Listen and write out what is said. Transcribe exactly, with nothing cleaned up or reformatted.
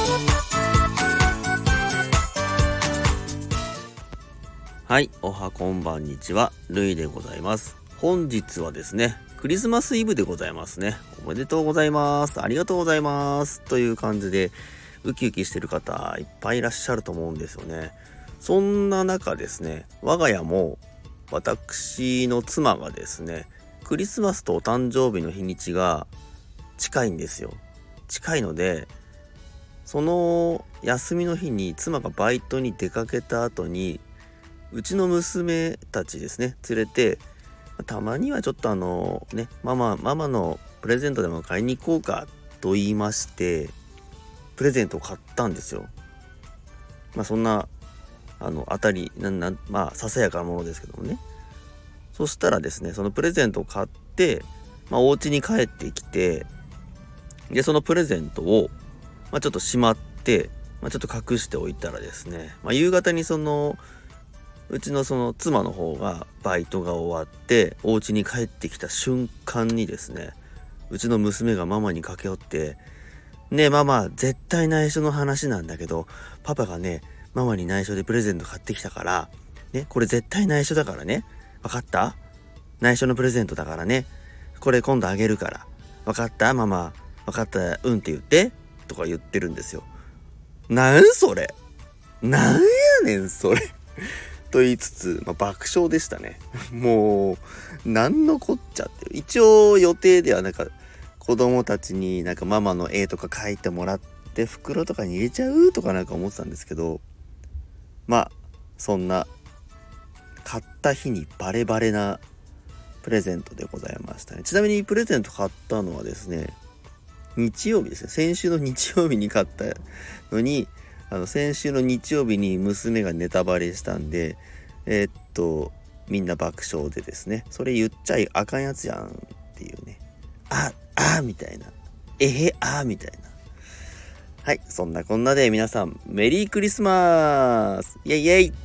はい、おはこんばんにちは、るいでございます。本日はですね、クリスマスイブでございますね。おめでとうございます。ありがとうございます。という感じで、ウキウキしてる方いっぱいいらっしゃると思うんですよね。そんな中ですね、我が家も私の妻がですね、クリスマスとお誕生日の日にちが近いんですよ。近いので、その休みの日に妻がバイトに出かけた後に、うちの娘たちですね連れて、たまにはちょっとあのねママママのプレゼントでも買いに行こうかと言いまして、プレゼントを買ったんですよ。まあそんなあの当たりなんなんまあささやかなものですけどもね。そしたらですね、そのプレゼントを買って、まあ、お家に帰ってきて、でそのプレゼントを、まあ、ちょっとしまって、まあ、ちょっと隠しておいたらですね、まあ、夕方にそのうちのその妻の方がバイトが終わってお家に帰ってきた瞬間にですね、うちの娘がママに駆け寄って、ねえママ、絶対内緒の話なんだけど、パパがねママに内緒でプレゼント買ってきたからね、これ絶対内緒だからね、わかった？内緒のプレゼントだからね、これ今度あげるから、わかった？ママわかった、うんって言ってとか言ってるんですよ。なんそれ、なんやねんそれと言いつつ、まあ、爆笑でしたね。もうなんのこっちゃって。一応予定ではなんか子供たちになんかママの絵とか描いてもらって袋とかに入れちゃうとかなんか思ってたんですけど、まあそんな買った日にバレバレなプレゼントでございましたね。ちなみにプレゼント買ったのはですね、日曜日ですね。先週の日曜日に買ったのに、あの先週の日曜日に娘がネタバレしたんで、えー、っとみんな爆笑でですね、それ言っちゃいあかんやつやんっていうね、ああみたいな、えへあみたいな。はい、そんなこんなで皆さんメリークリスマス、イエイイエイ。